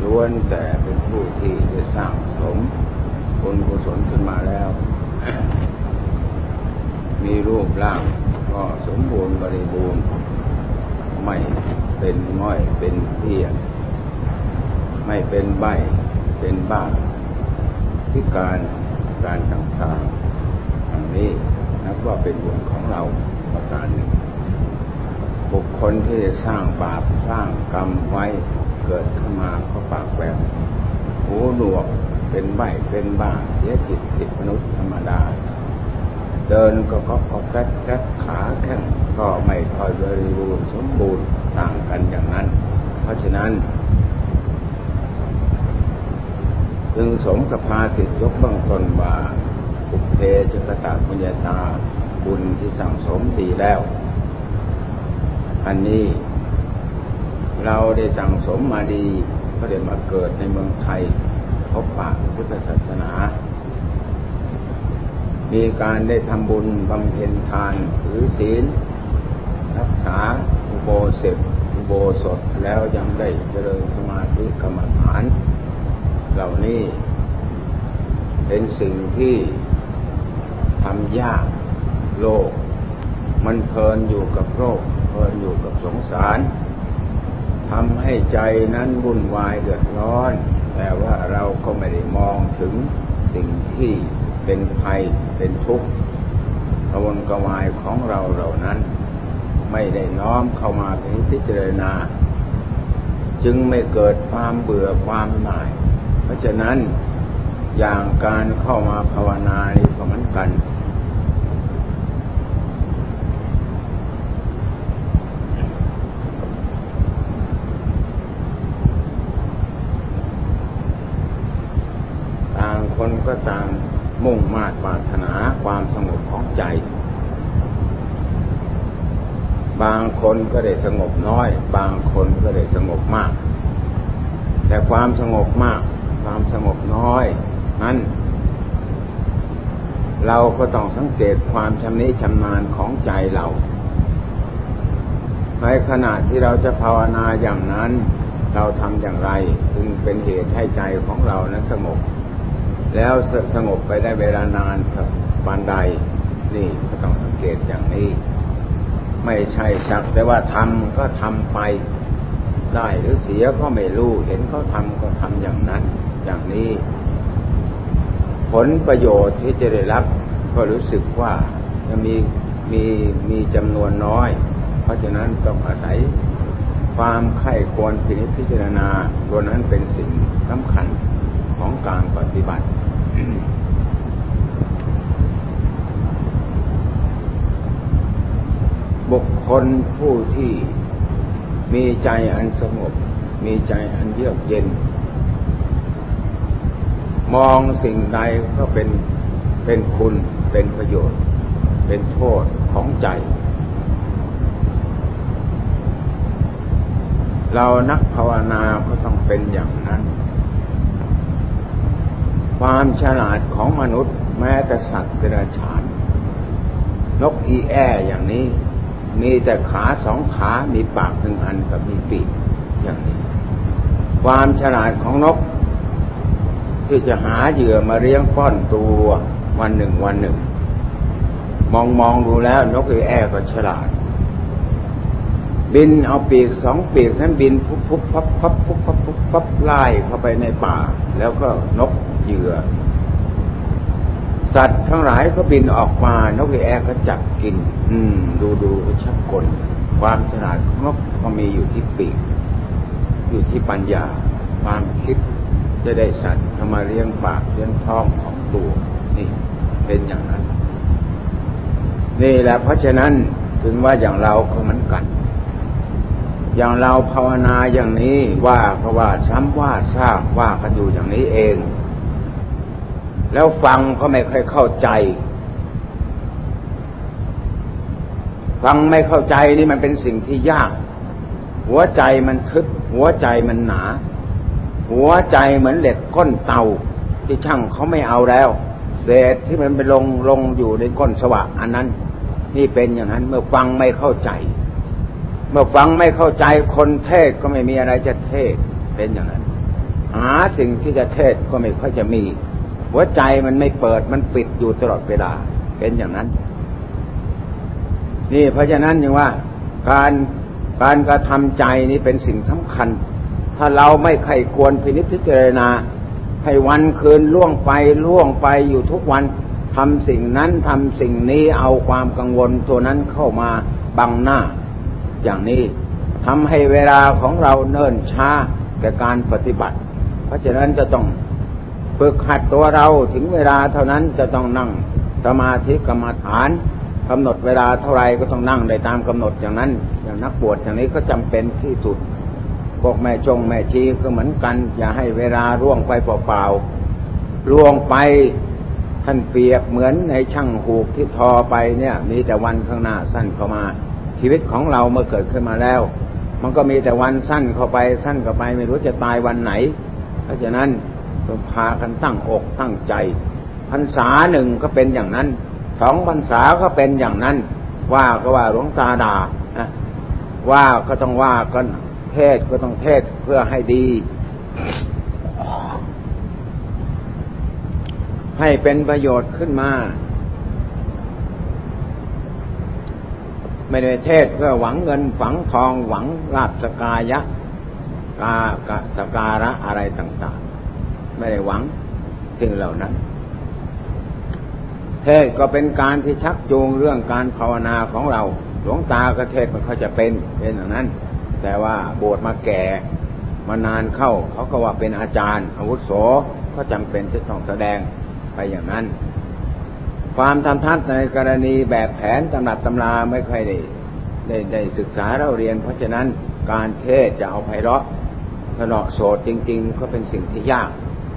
ล้วนแต่เป็นผู้ที่ได้สร้างสมบุญกุศลขึ้นมาแล้ว มีรูปร่างก็สมบูรณ์บริบูรณ์ไม่เป็นง่อยเป็นเพี้ยไม่เป็นใบ้เป็นบ้าพิการต่างๆอย่างนี้นับว่าเป็นบุญของเราประการหนึ่งบุคคลที่สร้างบาปสร้างกรรมไว้เกิดขึ้นมาก็ปากแหว่งหูหนวกเป็นใบ้เป็นบ้าเสียจิตผิดมนุษย์ธรรมดาเดินก็แกรกขาแข้งก็ไม่ค่อยบริบูรณ์สมบูรณ์ต่างกันอย่างนั้นเพราะฉะนั้นจึงสมกับพาติดยกเบื้องต้นว่าปุพเพจกตปุญญาตาบุญที่สั่งสมดีแล้วอันนี้เราได้สั่งสมมาดีก็ได้มาเกิดในเมืองไทยพบปะพุทธศาสนามีการได้ทำบุญบำเพ็ญทานถือศีลรักษาอุโบสถแล้วยังได้เจริญสมาธิกรรมฐานเหล่านี้เป็นสิ่งที่ทำยากโลกมันเพลินอยู่กับโลกเพลินอยู่กับสงสารทำให้ใจนั้นวุ่นวายเดือดร้อนแต่ว่าเราก็ไม่ได้มองถึงสิ่งที่เป็นภัยเป็นทุกข์กระวนกระวายของเราเหล่านั้นไม่ได้น้อมเข้ามาพิจารณาจึงไม่เกิดความเบื่อความหน่ายเพราะฉะนั้นอย่างการเข้ามาภาวนานี่ก็เหมือนกันต่างคนก็ต่างมุ่งมา่ปรารถนาความสงบของใจบางคนก็ได้สงบน้อยบางคนก็ได้สงบมากแต่ความสงบมากความสงบน้อยนั้นเราก็ต้องสังเกตความชำนิชำนาญของใจเราในขณะที่เราจะภาวนาอย่างนั้นเราทำอย่างไรจึงเป็นเหตุให้ใจของเรานั้นสงบแล้วสงบไปได้เวลานานสักปานใดนี่ก็ต้องสังเกตอย่างนี้ไม่ใช่สักแต่ว่าทำก็ทำไปได้หรือเสียก็ไม่รู้เห็นเขาทำก็ทำอย่างนั้นอย่างนี้ผลประโยชน์ที่จะได้รับก็รู้สึกว่าจะมีจำนวนน้อยเพราะฉะนั้นต้องอาศัยความใคร่ควรพิจารณาตัวนั้นเป็นสิ่งสำคัญของการปฏิบัติ บุคคลผู้ที่มีใจอันสงบมีใจอันเยือกเย็นมองสิ่งใดก็เป็นคุณเป็นประโยชน์เป็นโทษของใจเรานักภาวนาก็ต้องเป็นอย่างนั้นความฉลาดของมนุษย์แม้แต่สัตว์เดรัจฉานนกอีแออย่างนี้มีแต่ขาสองขามีปากหนึ่งอันกับมีปีกอย่างนี้ความฉลาดของนกที่จะหาเหยื่อมาเลี้ยงป้อนตัววันหนึ่งมองดูแล้วนกอีแอก็ฉลาดบินเอาปีกสองปีกนั้นบินปุ๊บปั๊บไล่เข้าไปในป่าแล้วก็นกเหยื่อสัตว์ทั้งหลายก็บินออกมานกอีแอก็จับกินดูก็ชักกลความฉลาดของนกก็มีอยู่ที่ปีกอยู่ที่ปัญญาความคิดจะได้สัตว์ทำมาเลี้ยงปากเลี้ยงท้องของตัวนี่เป็นอย่างนั้นนี่แหละเพราะฉะนั้นถึงว่าอย่างเราก็เหมือนกันอย่างเราภาวนาอย่างนี้ว่าก็ว่าซ้ำว่าซากว่ากันอยู่อย่างนี้เองแล้วฟังก็ไม่ค่อยเข้าใจฟังไม่เข้าใจนี่มันเป็นสิ่งที่ยากหัวใจมันทึบหัวใจมันหนาหัวใจเหมือนเหล็กก้นเตาที่ช่างเขาไม่เอาแล้วเศษที่มันไปลงอยู่ในก้นสวะอันนั้นนี่เป็นอย่างนั้นเมื่อฟังไม่เข้าใจเมื่อฟังไม่เข้าใจคนเทศก็ไม่มีอะไรจะเทศเป็นอย่างนั้นหาสิ่งที่จะเทศก็ไม่ค่อยจะมีหัวใจมันไม่เปิดมันปิดอยู่ตลอดเวลาเป็นอย่างนั้นนี่เพราะฉะนั้นอย่างว่าการกระทำใจนี้เป็นสิ่งสำคัญถ้าเราไม่ใคร่ควรพินิจพิจารณาให้วันคืนล่วงไปอยู่ทุกวันทำสิ่งนั้นทำสิ่งนี้เอาความกังวลตัวนั้นเข้ามาบังหน้าอย่างนี้ทำให้เวลาของเราเนิ่นช้าแก่การปฏิบัติเพราะฉะนั้นจะต้องฝึกหัดตัวเราถึงเวลาเท่านั้นจะต้องนั่งสมาธิกรรมฐานกำหนดเวลาเท่าไรก็ต้องนั่งได้ตามกำหนดอย่างนั้นอย่างนักบวชอย่างนี้ก็จำเป็นที่สุดพวกแม่ชีก็เหมือนกันอย่าให้เวลาล่วงไปเปล่าๆล่วงไปท่านเปรียบเหมือนในช่างหูกที่ทอไปเนี่ยมีแต่วันข้างหน้าสั้นเข้ามาชีวิตของเราเมื่อเกิดขึ้นมาแล้วมันก็มีแต่วันสั้นเข้าไปไม่รู้จะตายวันไหนเพราะฉะนั้นต้องพากันตั้งอกตั้งใจพรรษาหนึ่งก็เป็นอย่างนั้น2 พรรษาก็เป็นอย่างนั้นว่าก็ว่าหลวงตาด่านะว่าก็ต้องว่ากันเทศก็ต้องเทศเพื่อให้ดีให้เป็นประโยชน์ขึ้นมาไม่ได้เทศเพื่อหวังเงินฝังทองหวังลาภสกายะสการะอะไรต่างๆไม่ได้หวังสิ่งเหล่านั้นเทศก็เป็นการที่ชักจูงเรื่องการภาวนาของเราหลวงตาก็เทศมันเขาจะเป็นอย่างนั้นแต่ว่าบวชมาแก่มานานเข้าเขาก็ว่าเป็นอาจารย์อาวุโสก็จำเป็นจะต้องแสดงไปอย่างนั้นความทำทัศน์ในกรณีแบบแผนตำรับตำราไม่ค่อยได้ศึกษาเราเรียนเพราะฉะนั้นการเทศจะเอาไพเราะถนอโสดจริงๆก็เป็นสิ่งที่ยาก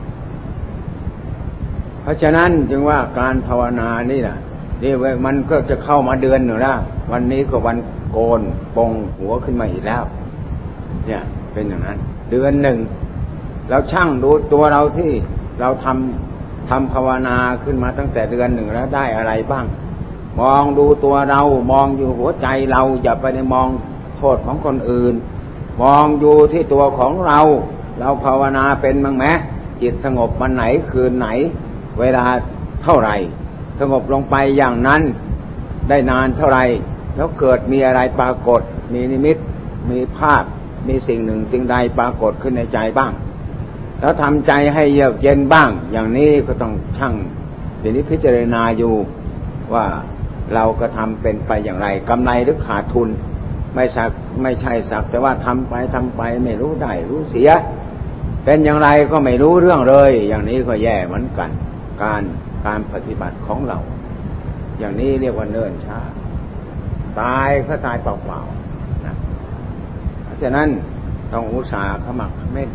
เพราะฉะนั้นจึงว่าการภาวนานี่นะนี่มันก็จะเข้ามาเดือนหนึ่งแล้ววันนี้ก็วันโกนปงหัวขึ้นมาอีกแล้วเนี่ยเป็นอย่างนั้นเดือนหนึ่งเราช่างดูตัวเราที่เราทำภาวนาขึ้นมาตั้งแต่เดือนหนึ่งแล้วได้อะไรบ้างมองดูตัวเรามองอยู่หัวใจเราอย่าไปในมองโทษของคนอื่นมองอยู่ที่ตัวของเราภาวนาเป็นบ้างไหมจิตสงบวันไหนคืนไหนเวลาเท่าไหร่สงบลงไปอย่างนั้นได้นานเท่าไหร่แล้วเกิดมีอะไรปรากฏมีนิมิตมีภาพมีสิ่งหนึ่งสิ่งใดปรากฏขึ้นในใจบ้างแล้วทำใจให้เยือกเย็นบ้างอย่างนี้ก็ต้องชั่งพิจารณาอยู่ว่าเราก็ทำเป็นไปอย่างไรกำไรหรือขาดทุนไม่ใช่สักแต่ว่าทำไปไม่รู้ได้รู้เสียเป็นอย่างไรก็ไม่รู้เรื่องเลยอย่างนี้ก็แย่เหมือนกันการปฏิบัติของเราอย่างนี้เรียกว่าเนิ่นช้าตายก็ตายเปล่าๆนะเพราะฉะนั้นต้องอุตส่าห์ขมักเขม้น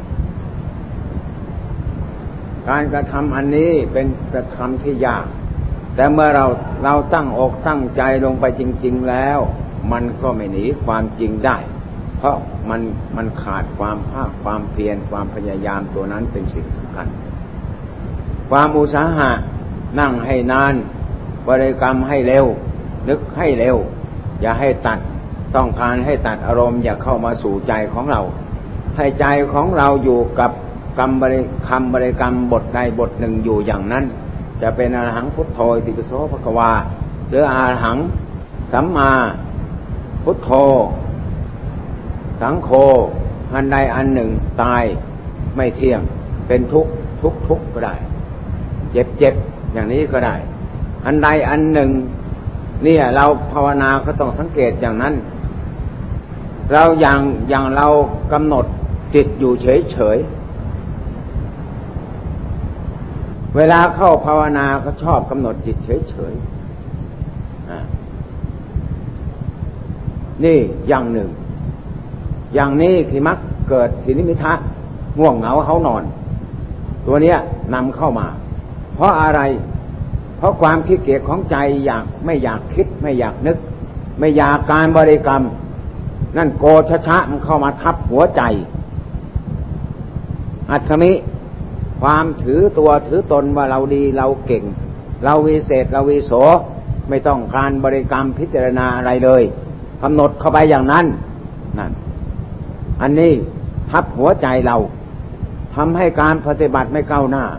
การกระทำอันนี้เป็นกระทำที่ยากแต่เมื่อเราตั้งอกตั้งใจลงไปจริงๆแล้วมันก็ไม่หนีความจริงได้เพราะมันขาดความภาคความเพียรความพยายามตัวนั้นเป็นสิ่งสำคัญความอุตสาหะนั่งให้นานบริกรรมให้เร็วนึกให้เร็วอย่าให้ตัดต้องการให้ตัดอารมณ์อย่าเข้ามาสู่ใจของเราให้ใจของเราอยู่กับคำบริกรรมบทใดบทหนึ่งอยู่อย่างนั้นจะเป็นอรหังพุทโธอิติปิโสภควาหรืออรหังสัมมาพุทโธสังโฆอันใดอันหนึ่งตายไม่เที่ยงเป็นทุกข์ก็ได้เจ็บอย่างนี้ก็ได้อันใดอันหนึ่งเนี่ยเราภาวนาก็ต้องสังเกตอย่างนั้นเราอย่างเรากำหนดจิตอยู่เฉยเวลาเข้าภาวนาก็ชอบกำหนดจิตเฉยนี่อย่างหนึ่งอย่างนี้ที่มักเกิดทีนิมิทะง่วงเหงาเฮานอนตัวเนี้ยนำเข้ามาเพราะอะไรเพราะความขี้เกียจของใจไม่อยากคิดไม่อยากนึกไม่อยากการบริกรรมนั่นโกชะมันเข้ามาทับหัวใจอัศมิความถือตัวถือตนว่าเราดีเราเก่งเราวิเศษเราวิโสไม่ต้องการบริกรรมพิจารณาอะไรเลยกำหนดเข้าไปอย่างนั้นนั่นอันนี้ทับหัวใจเราทำให้การปฏิบัติไม่ก้าวหน้า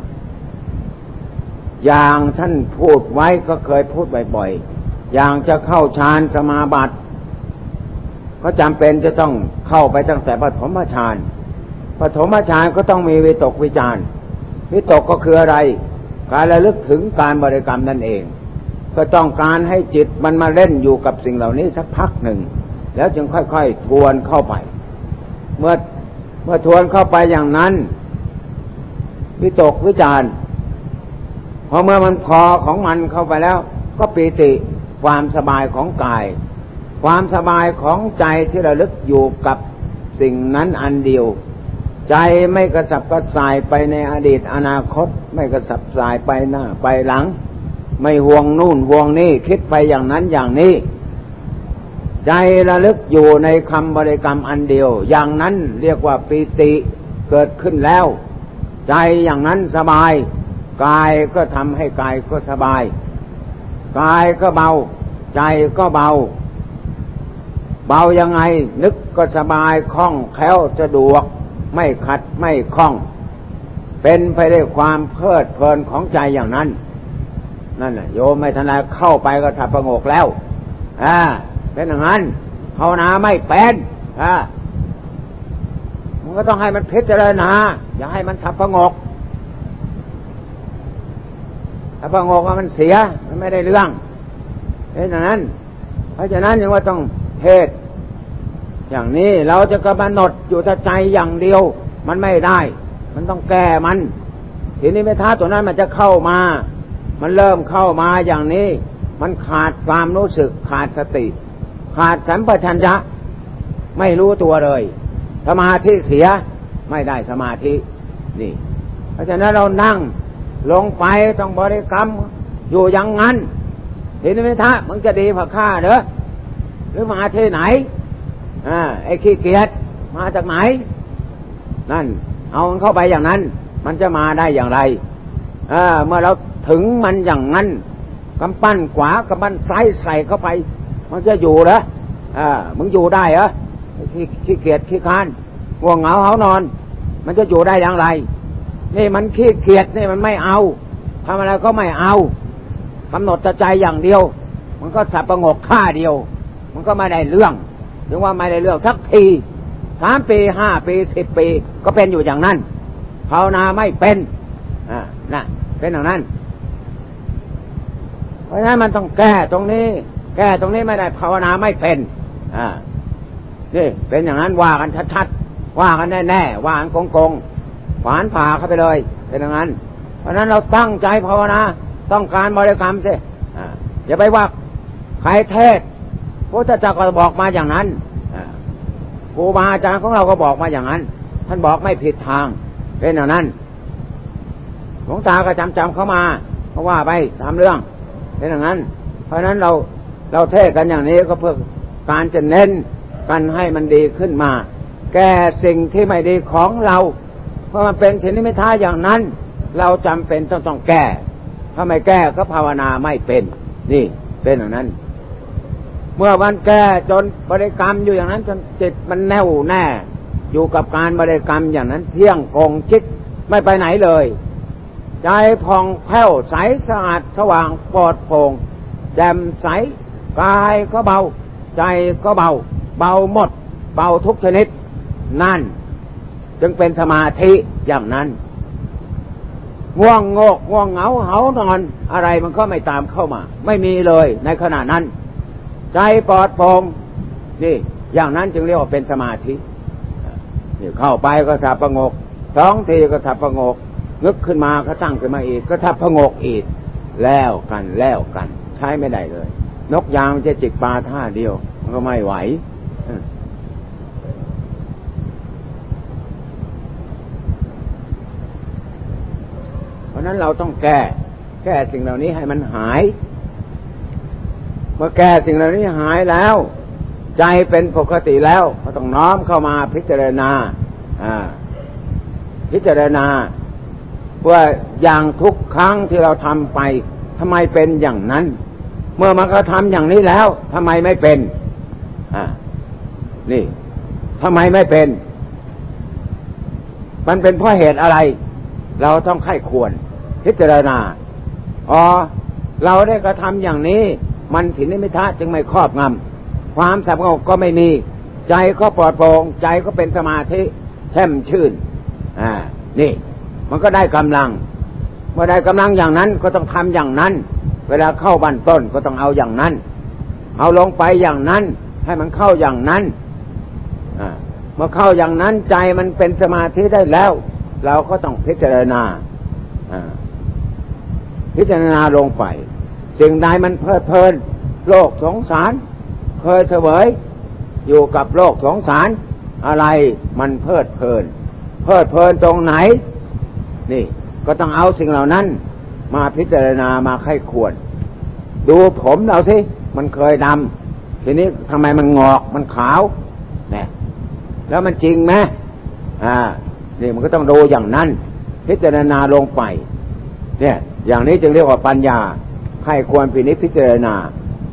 อย่างท่านพูดไว้ก็เคยพูดบ่อยๆอย่างจะเข้าฌานสมาบัติก็จำเป็นจะต้องเข้าไปตั้งแต่ปฐมฌานปฐมฌานก็ต้องมีวิตกวิจารวิตกก็คืออะไรการระลึกถึงการบริกรรมนั่นเองก็ต้องการให้จิตมันมาเล่นอยู่กับสิ่งเหล่านี้สักพักหนึ่งแล้วจึงค่อยๆทวนเข้าไปเมื่อทวนเข้าไปอย่างนั้นวิตกวิจารพอเมื่อมันพอของมันเข้าไปแล้วก็ปีติความสบายของกายความสบายของใจที่ระลึกอยู่กับสิ่งนั้นอันเดียวใจไม่กระสับกระส่ายไปในอดีตอนาคตไม่กระสับกระส่ายไปหน้าไปหลังไม่ห่วงนู่นห่วงนี่คิดไปอย่างนั้นอย่างนี้ใจระลึกอยู่ในคำบริกรรมอันเดียวอย่างนั้นเรียกว่าปีติเกิดขึ้นแล้วใจอย่างนั้นสบายกายก็ทำให้กายก็สบายกายก็เบาใจก็เบาเบายังไงนึกก็สบายคล่องแคล่วสะดวกไม่ขัดไม่คล่องเป็นไปด้วยความเพลิดเพลินของใจอย่างนั้นนั่นน่ะโยมไม่ทันไรเข้าไปก็ทับประงกแล้วเป็นอย่างนั้นภาวนาไม่เป็นมันก็ต้องให้มันพิจารณาอย่าให้มันทับประงกถ้าประงกมันเสียมันไม่ได้เรื่องเป็นอย่างนั้นเพราะฉะนั้นยังว่าต้องเทศอย่างนี้เราจะกำหนดอยู่แต่ใจอย่างเดียวมันไม่ได้มันต้องแก้มันทีนี้ไม่ท้าตัวนั้นมันจะเข้ามามันเริ่มเข้ามาอย่างนี้มันขาดความรู้สึกขาดสติขาดสัมปชัญญะไม่รู้ตัวเลยสมาธิเสียไม่ได้สมาธินี่เพราะฉะนั้นเรานั่งลงไปต้องบริกรรมอยู่อย่างนั้นทีนี้ไม่ท้ามึงจะดีกว่าข้าเหรอหรือมาที่ไหนไอ้ขี้เกียจมาจากไหนนั่นเอามันเข้าไปอย่างนั้นมันจะมาได้อย่างไรเมื่อเราถึงมันอย่างนั้นกำปั้นขวากำปั้นซ้ายใส่เข้าไปมันจะอยู่เหรอมึงอยู่ได้เหรอขี้เกียจขี้ค้านง่วงเหงาเหานอนมันจะอยู่ได้อย่างไรนี่มันขี้เกียจนี่มันไม่เอาทำอะไรก็ไม่เอากำหนดใจอย่างเดียวมันก็สับประงกข้าเดียวมันก็ไม่ได้เรื่องถึงว่าไม่ได้เรื่องสักที3 ปี 5 ปี 10 ปีก็เป็นอยู่อย่างนั้นภาวนาไม่เป็นนะเป็นอย่างนั้นเพราะฉะนั้นมันต้องแก้ตรงนี้แก้ตรงนี้ไม่ได้ภาวนาไม่เป็นนี่เป็นอย่างนั้นว่ากันชัดๆว่ากันแน่ๆว่ากันโกงๆฝานผ่าเข้าไปเลยเป็นอย่างนั้นเพราะฉะนั้นเราตั้งใจภาวนาต้องการบริกรรมสิอย่าไปว่าใครเทศพระพุทธเจ้าก็บอกมาอย่างนั้นครูบาอาจารย์ของเราก็บอกมาอย่างนั้นท่านบอกไม่ผิดทางเป็นอย่างนั้นหลวงตาก็จำเข้ามาเพราะว่าไปตามเรื่องเป็นอย่างนั้นเพราะฉะนั้นเราเทศกันอย่างนี้ก็เพื่อการจะเน้นกันให้มันดีขึ้นมาแก้สิ่งที่ไม่ดีของเราเพราะมันเป็นชนิดไม่ท้าอย่างนั้นเราจำเป็นต้องแก้ถ้าไม่แก้ก็ภาวนาไม่เป็นนี่เป็นอย่างนั้นเมื่อวันแก้จนบริกรรมอยู่อย่างนั้นจนจิตมันแน่วแน่อยู่กับการบริกรรมอย่างนั้นเที่ยงคงจิตไม่ไปไหนเลยใจผ่องแผ้วใสสะอาดสว่างปลอดโปร่งแจ่มใสกายก็เบาใจก็เบาหมดเบาทุกชนิดนั่นจึงเป็นสมาธิอย่างนั้นง่วงโงกง่วงเหงาเหานอนอะไรมันก็ไม่ตามเข้ามาไม่มีเลยในขณะนั้นใจปลอดโปร่งนี่อย่างนั้นจึงเรียกว่าเป็นสมาธินี่เข้าไปก็ทับประงก2 ทีก็ทับประงกนึกขึ้นมาก็ตั้งขึ้นมาอีกก็ทับประงกอีกแล้วกันใช้ไม่ได้เลยนกยางมันจะจิกปลาท่าเดียวมันก็ไม่ไหวเพราะนั้นเราต้องแก้สิ่งเหล่านี้ให้มันหายเมื่อแก้สิ่งเหล่านี้หายแล้วใจเป็นปกติแล้วก็ต้องน้อมเข้ามาพิจารณาว่าอย่างทุกครั้งที่เราทำไปทำไมเป็นอย่างนั้นเมื่อมันก็ทำอย่างนี้แล้วทำไมไม่เป็นนี่ทำไมไม่เป็นมันเป็นเพราะเหตุอะไรเราต้องไข้ควรพิจารณาเราได้กระทำอย่างนี้มันถินิมิทะจึงไม่ครอบงำความสงบก็ไม่มีใจก็ปลอดโปร่งใจก็เป็นสมาธิแช่มชื่นนี่มันก็ได้กำลังเมื่อได้กำลังอย่างนั้นก็ต้องทำอย่างนั้นเวลาเข้าบั้นต้นก็ต้องเอาอย่างนั้นเอาลงไปอย่างนั้นให้มันเข้าอย่างนั้นเมื่อเข้าอย่างนั้นใจมันเป็นสมาธิได้แล้วเราก็ต้องพิจารณาลงไปสิ่งใดมันเพลิดเพลินโลกสงสารเคยเสวยอยู่กับโลกสงสารอะไรมันเพลิดเพลินตรงไหนนี่ก็ต้องเอาสิ่งเหล่านั้นมาพิจารณามาไข้ควรดูผมเราสิมันเคยดำทีนี้ทำไมมันงอกมันขาวเนี่ยแล้วมันจริงไหมนี่มันก็ต้องดูอย่างนั้นพิจารณาลงไปเนี่ยอย่างนี้จึงเรียกว่าปัญญาไข้ควรพินิจพิจารณา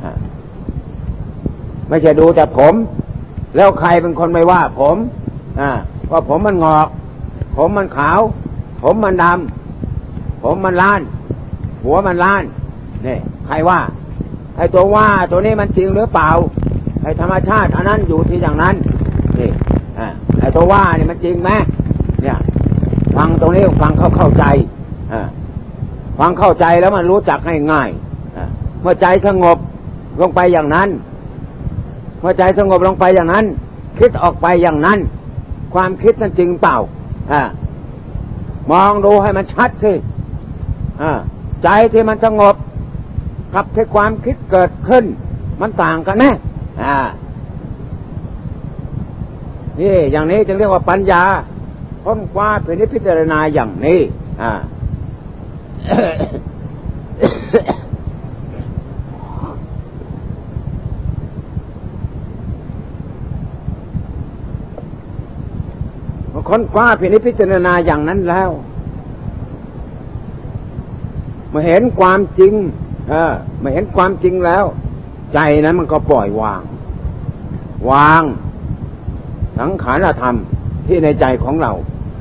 ไม่ใช่ดูแต่ผมแล้วใครเป็นคนไม่ว่าผมว่าผมมันงอกผมมันขาวผมมันดำผมมันล้านหัวมันล้านนี่ใครว่าไอ้ตัวว่าตัวนี้มันจริงหรือเปล่าไอ้ธรรมชาติอันนั้นอยู่ที่อย่างนั้นนี่ไอ้ตัวว่านี่มันจริงไหมเนี่ยฟังตรงนี้ฟังเข้าใจฟังเข้าใจแล้วมันรู้จักง่ายๆเมื่อใจสงบลงไปอย่างนั้นเมื่อใจสงบลงไปอย่างนั้นคิดออกไปอย่างนั้นความคิดนั้นจริงเปล่ามองดูให้มันชัดสิใจที่มันสงบกับที่ความคิดเกิดขึ้นมันต่างกันไหมนี่อย่างนี้จึงเรียกว่าปัญญาค้นคว้าพิจารณาอย่างนี้ค้นคว้าพิจารณาอย่างนั้นแล้วมาเห็นความจริงมาเห็นความจริงแล้วใจนั้นมันก็ปล่อยวางสังขารธรรมที่ในใจของเรา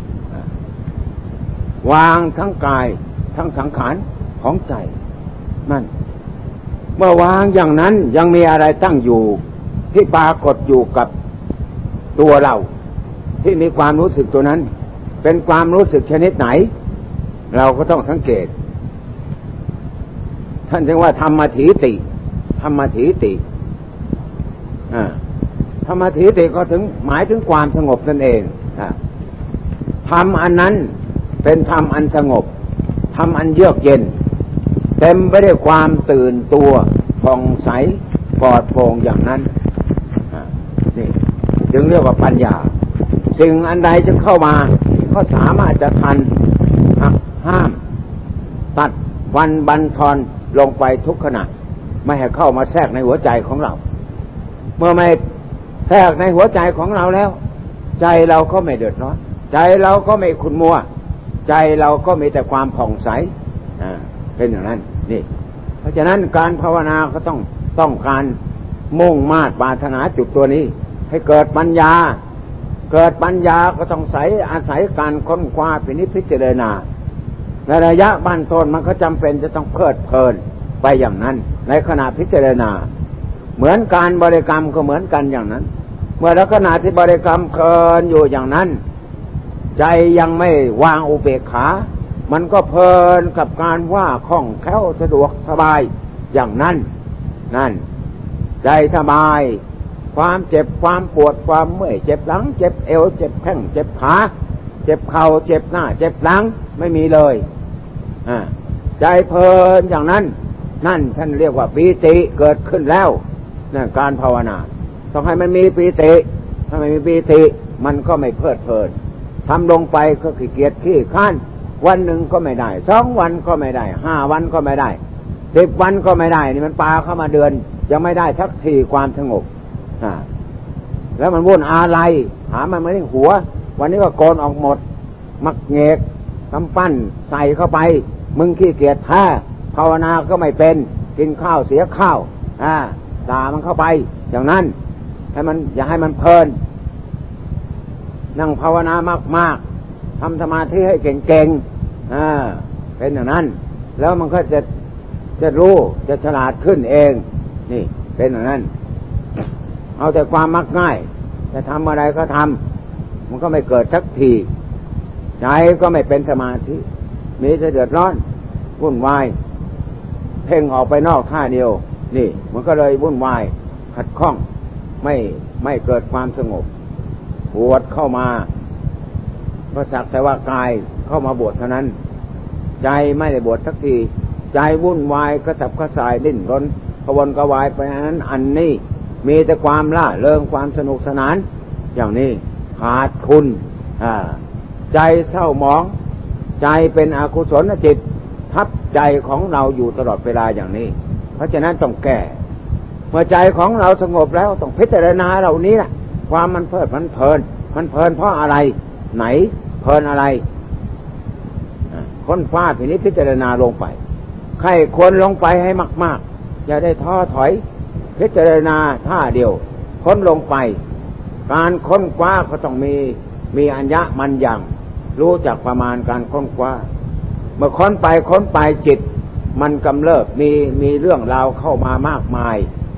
วางทั้งกายทั้งสังขารของใจนั่นเมื่อวางอย่างนั้นยังมีอะไรตั้งอยู่ที่ปรากฏอยู่กับตัวเราที่มีความรู้สึกตัวนั้นเป็นความรู้สึกชนิดไหนเราก็ต้องสังเกตท่านจึงว่าธรรมถีติธรรมถีติก็ถึงหมายถึงความสงบนั่นเองธรรมอันนั้นเป็นธรรมอันสงบธรรมอันเยือกเย็นเต็มไปด้วยความตื่นตัวผ่องใสปลอดโปร่งอย่างนั้นนี่จึงเรียกว่าปัญญาสิ่งอันใดจะเข้ามาก็สามารถจะทันหักห้ามตัดวันบั่นทอนลงไปทุกขณะไม่ให้เข้ามาแทรกในหัวใจของเราเมื่อไม่แทรกในหัวใจของเราแล้วใจเราก็ไม่เดือดร้อนใจเราก็ไม่ขุ่นมัวใจเราก็มีแต่ความผ่องใสเป็นอย่างนั้นนี่เพราะฉะนั้นการภาวนาก็ต้องการมุ่งมา่ปรารถนาจุดตัวนี้ให้เกิดปัญญาก็ต้องอาศัยการค้นคว้าพิจารณาในระยะบั้นต้นมันก็จำเป็นจะต้องเพลิดเพลินไปอย่างนั้นในขณะพิจารณาเหมือนการบริกรรมก็เหมือนกันอย่างนั้นเมื่อขณะที่บริกรรมเพลินอยู่อย่างนั้นใจยังไม่วางอุเบกขามันก็เพลินกับการว่าคล่องแคล่วสะดวกสบายอย่างนั้นนั่นใจสบายความเจ็บความปวดความเมื่อยเจ็บหลังเจ็บเอวเจ็บแข้งเจ็บขาเจ็บเข่าเจ็บหน้าเจ็บหลังไม่มีเลยใจเพลินอย่างนั้นนั่นท่านเรียกว่าปีติเกิดขึ้นแล้วนั่นการภาวนาต้องให้มันมีปีติถ้าไม่มีปีติมันก็ไม่เพลิดเพลินทำลงไปก็ขี้เกียจขี้ค้านวันหนึ่งก็ไม่ได้2 วันก็ไม่ได้5 วันก็ไม่ได้10 วันก็ไม่ได้นี่มันปาเข้ามาเดือนยังไม่ได้สักทีความสงบแล้วมันวุ่นอะไรหามันไม่ได้หัววันนี้ก็โกนออกหมดมักเงกกำปั้นใส่เข้าไปมึงขี้เกียจแท้ภาวนาก็ไม่เป็นกินข้าวเสียข้าวด่ามันเข้าไปอย่างนั้นให้มันอย่าให้มันเพลินนั่งภาวนามากทำสมาธิให้เก่งๆเป็นอย่างนั้นแล้วมันก็จะรู้จะฉลาดขึ้นเองนี่เป็นอย่างนั้นเอาแต่ความมักง่ายจะทำอะไรก็ทำมันก็ไม่เกิดสักทีใจก็ไม่เป็นสมาธิมีแต่เดือดร้อนวุ่นวายเพ่งออกไปนอกท่าเดียวนี่มันก็เลยวุ่นวายขัดข้องไม่เกิดความสงบบวชเข้ามาก็สักแต่ว่ากายเข้ามาบวชเท่านั้นใจไม่ได้บวชสักทีใจวุ่นวายกระสับกระส่ายดิ้นรนกระวนกระวายไปนั้นอันนี้มีแต่ความล่าเริงความสนุกสนานอย่างนี้ขาดทุนใจเศร้าหมองใจเป็นอกุศลจิตทับใจของเราอยู่ตลอดเวลาอย่างนี้เพราะฉะนั้นต้องแก้เมื่อใจของเราสงบแล้วต้องพิจารณาเหล่านี้แหละความมันเพลิดมันเพลินเพราะอะไรไหนเพลินอะไรค้นคว้าทีนี้พิจารณาลงไปใครควรลงไปให้มากๆอย่าได้ท้อถอยพิจารณาท่าเดียวค้นลงไปการค้นคว้าก็ต้องมีอัญญะมันอย่างรู้จักประมาณการค้นคว้าเมื่อค้นไปจิตมันกำเริบมีเรื่องราวเข้ามามากมาย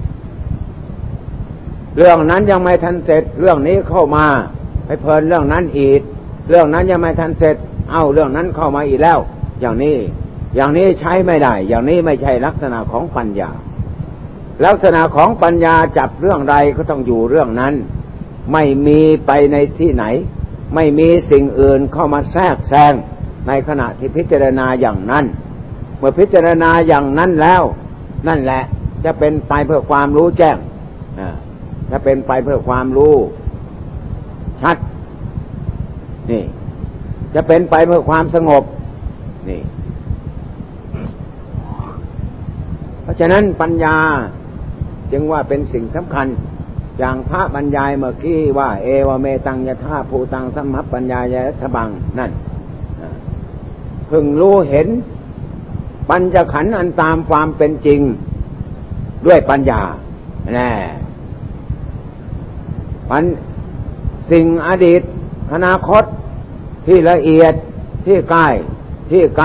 เรื่องนั้นยังไม่ทันเสร็จเรื่องนี้เข้ามาไปเพลินเรื่องนั้นอีกเรื่องนั้นยังไม่ทันเสร็จเรื่องนั้นเข้ามาอีกแล้วอย่างนี้ใช้ไม่ได้อย่างนี้ไม่ใช่ลักษณะของปัญญาลักษณะของปัญญาจับเรื่องใดก็ต้องอยู่เรื่องนั้นไม่มีไปในที่ไหนไม่มีสิ่งอื่นเข้ามาแทรกแซงในขณะที่พิจารณาอย่างนั้นเมื่อพิจารณาอย่างนั้นแล้วนั่นแหละจะเป็นไปเพื่อความรู้แจ้งจะเป็นไปเพื่อความรู้ชัดนี่จะเป็นไปเพื่อความสงบนี่เพราะฉะนั้นปัญญาจึงว่าเป็นสิ่งสำคัญอย่างพระบรรยายเมื่อกี้ว่าเอวเมตังยถาภูตังสัมมัปปัญญายะทบังนั่นพึงรู้เห็นปัญจขันธ์อันตามความเป็นจริงด้วยปัญญาแน่สิ่งอดีตอนาคตที่ละเอียดที่ใกล้ที่ไกล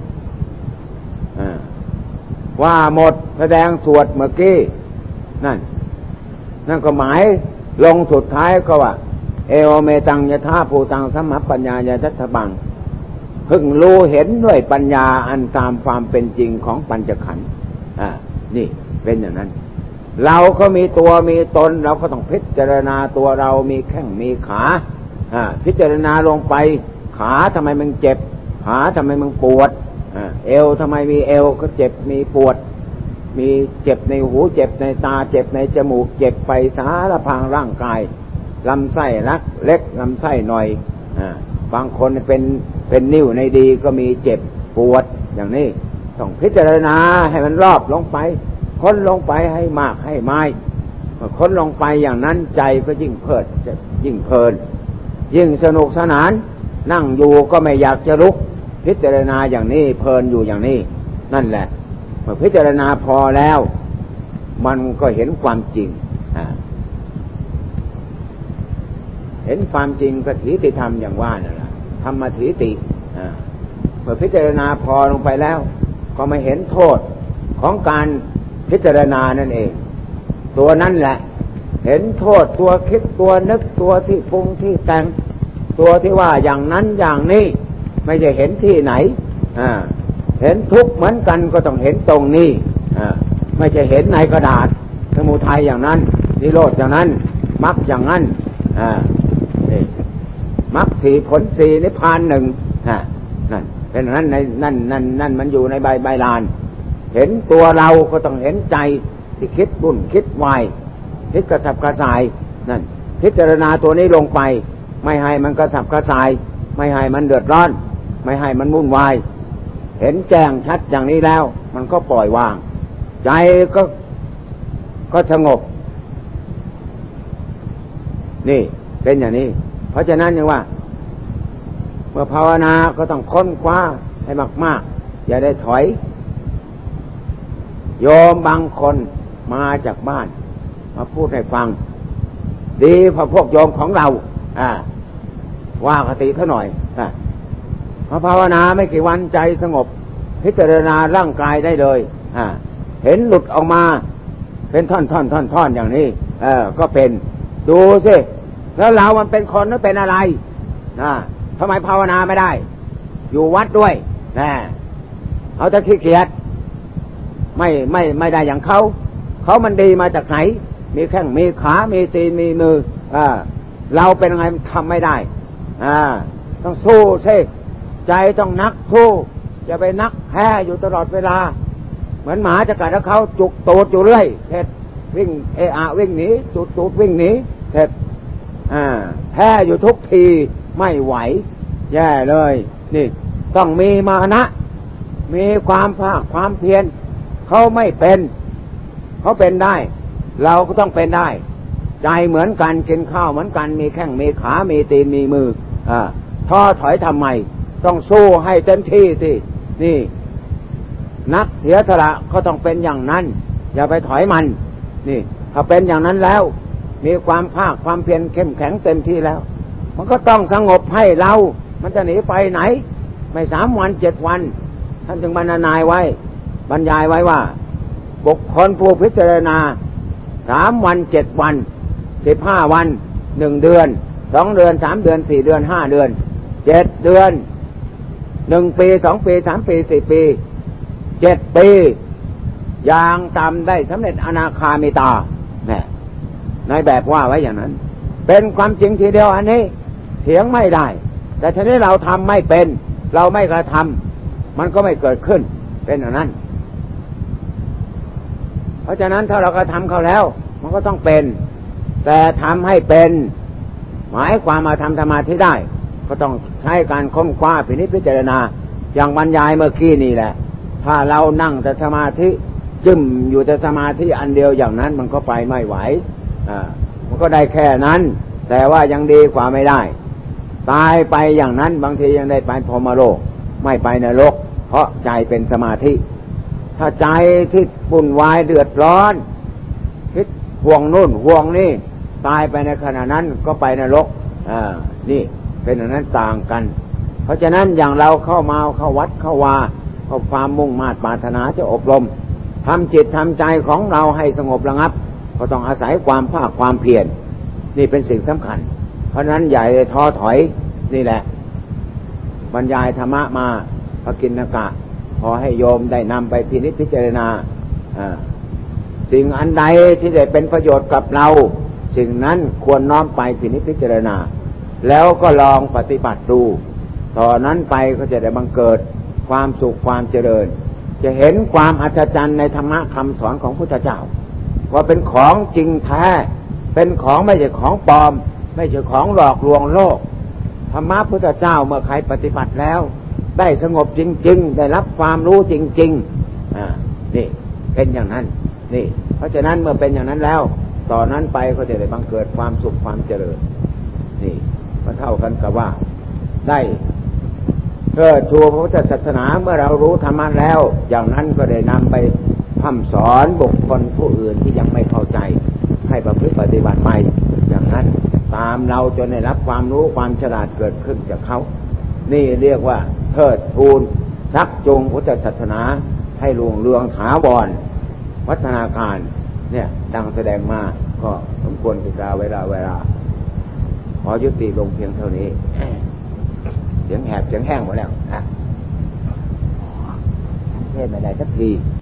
ว่าหมดแสดงสวดเมื่อกี้นั่นก็หมายลงสุดท้ายก็ว่าเอวเมตังยถาภูตังสัมมัปปัญญายะทัตถบังพึงรู้เห็นด้วยปัญญาอันตามความเป็นจริงของปัญจขันธ์นี่เป็นอย่างนั้นเราก็มีตัวมีตนเราก็ต้องพิจารณาตัวเรามีแข้งมีขาพิจารณาลงไปขาทำไมมันเจ็บขาทำไมมันปวดเอวทำไมมีเอวก็เจ็บมีปวดมีเจ็บในหูเจ็บในตาเจ็บในจมูกเจ็บไปสารพังร่างกายลำไส้เล็กลำไส้หน่อยบางคนเป็นนิ่วในดีก็มีเจ็บปวดอย่างนี้ต้องพิจารณาให้มันรอบลงไปค้นลงไปให้มากให้ไม้ค้นลงไปอย่างนั้นใจก็ยิ่งเพลิดยิ่งเพลินยิ่งสนุกสนานนั่งอยู่ก็ไม่อยากจะลุกพิจารณาอย่างนี้เพลินอยู่อย่างนี้นั่นแหละเมื่อพิจารณาพอแล้วมันก็เห็นความจริงเห็นความจริงก็ถีติธรรมอย่างว่านั่นแหละธรรมถีติเมื่อพิจารณาพอลงไปแล้วก็ไม่เห็นโทษของการพิจารณานั่นเองตัวนั้นแหละเห็นโทษตัวคิดตัวนึกตัวที่ปรุงที่แต่งตัวที่ว่าอย่างนั้นอย่างนี้ไม่จะเห็นที่ไหนเห็นทุกข์เหมือนกันก็ต้องเห็นตรงนี้ไม่จะเห็นในกระดาษสมุทัยอย่างนั้นนิโรธอย่างนั้นมรรคอย่างนั้นนี่มรรคสี่ผลสี่นิพพานหนึ่งนั่นเป็นนั้นในนั่นมันอยู่ในใบลานเห็นตัวเราก็ต้องเห็นใจที่คิดบุ่นคิดวายคิดกระสับกระส่ายนั่นพิจารณาตัวนี้ลงไปไม่ให้มันกระสับกระส่ายไม่ให้มันเดือดร้อนไม่ให้มันวุ่นวายเห็นแจ้งชัดอย่างนี้แล้วมันก็ปล่อยวางใจก็สงบนี่เป็นอย่างนี้เพราะฉะนั้นอย่างว่าเมื่อภาวนาก็ต้องค้นคว้าให้มากๆอย่าได้ถอยโยมบางคนมาจากบ้านมาพูดให้ฟังดีพอพวกโยมของเราว่าคติเท่าหน่อยมาภาวนาไม่กี่วันใจสงบพิจารณาร่างกายได้เลยเห็นหลุดออกมาเป็นท่อนอย่างนี้ก็เป็นดูสิแล้วเรามันเป็นคนหรือเป็นอะไรทำไมภาวนาไม่ได้อยู่วัดด้วยเอาแต่ขี้เกียจไม่ได้อย่างเขามันดีมาจากไหนมีแข้งมีขามีตีนมีมือเราเป็นไงทำไม่ได้ต้องสู้สิใจต้องนักสู้อย่าไปนักแพ้อยู่ตลอดเวลาเหมือนหมาจะกัดแล้วเขาจุกตูดอยู่เรื่อยเสร็จวิ่งวิ่งหนีจุกตูดวิ่งหนีเสร็จแพ้อยู่ทุกทีไม่ไหวแย่เลยนี่ต้องมีมานะมีความภาคความเพียรเขาไม่เป็นเขาเป็นได้เราก็ต้องเป็นได้ใจเหมือนกันกินข้าวเหมือนกันมีแข้งมีขามีตีนมีมือท้อถอยทำไมต้องสู้ให้เต็มที่สินี่นักเสียสละก็ต้องเป็นอย่างนั้นอย่าไปถอยมันนี่ถ้าเป็นอย่างนั้นแล้วมีความภาคความเพียรเข้มแข็งเต็มที่แล้วมันก็ต้องสงบให้เรามันจะหนีไปไหนไม่3 วัน 7 วันท่านจึงบรรยายไว้ว่าบุคคลผู้พิจารณา3 วัน 7 วัน15 วัน1 เดือน2 เดือน3 เดือน4 เดือน5 เดือน7 เดือน1 ปี2 ปี3 ปี4 ปี7 ปีอย่างต่ำได้สำเร็จอนาคามิตาเนี่ยในแบบว่าไว้อย่างนั้นเป็นความจริงทีเดียวอันนี้เถียงไม่ได้แต่ทีนี้เราทำไม่เป็นเราไม่กระทำมันก็ไม่เกิดขึ้นเป็นอย่างนั้นเพราะฉะนั้นถ้าเรากระทำเขาแล้วมันก็ต้องเป็นแต่ทำให้เป็นหมายความมาทำสมาธิได้ก็ต้องใช้การค้นคว้าพิจารณาอย่างบรรยายเมื่อกี้นี่แหละถ้าเรานั่งแต่สมาธิจึ่มอยู่แต่สมาธิอันเดียวอย่างนั้นมันก็ไปไม่ไหวมันก็ได้แค่นั้นแต่ว่ายังดีกว่าไม่ได้ตายไปอย่างนั้นบางทียังได้ไปพรหมโลกไม่ไปนรกเพราะใจเป็นสมาธิถ้าใจที่วุ่นวายเดือดร้อนคิดห่วงนู่นห่วงนี่ตายไปในขณะนั้นก็ไปนรกนี่เป็นอย่างนั้นต่างกันเพราะฉะนั้นอย่างเราเข้าวัดเข้าวาเข้าความมุ่งมา่ปรารถนาจะอบรมทำจิตทำใจของเราให้สงบระงับก็ต้องอาศัยความภาคความเพียรนี่เป็นสิ่งสำคัญเพราะฉะนั้นอย่าได้ท้อถอยนี่แหละบรรยายธรรมะมาพระกิณกะขอให้โยมได้นำไปพิจารณาสิ่งอันใดที่ได้เป็นประโยชน์กับเราสิ่งนั้นควรน้อมไปพิจารณาแล้วก็ลองปฏิบัติดูต่อนนั้นไปก็จะได้บังเกิดความสุขความเจริญจะเห็นความอัศจรรย์ในธรรมะคำสอนของพุทธเจ้าว่าเป็นของจริงแท้เป็นของไม่ใช่ของปลอมไม่ใช่ของหลอกลวงโลกธรรมะพุทธเจ้าเมื่อใครปฏิบัติแล้วได้สงบจริงๆได้รับความรู้จริงๆนี่เป็นอย่างนั้นนี่เพราะฉะนั้นเมื่อเป็นอย่างนั้นแล้วต่อนนั้นไปก็จะได้บังเกิดความสุขความเจริญนี่ก็เท่ากันกับว่าได้เพื่อชูพระพุทธศาสนาเมื่อเรารู้ธรรมะแล้วอย่างนั้นก็ได้นำไปพร่ำสอนบุคคลผู้อื่นที่ยังไม่เข้าใจให้ประพฤติปฏิบัติไปอย่างนั้นตามเราจนได้รับความรู้ความฉลาดเกิดขึ้นจากเขานี่เรียกว่าเทิดทูนชักจูงพุทธศาสนาให้รุ่งเรืองถาวรวัฒนาการเนี่ยดังแสดงมาก็สมควรกับเวลาขอยุติลงเพียงเท่านี้เสียงแหบเสียงแห้งหมดแล้วเทศไม่ได้สักที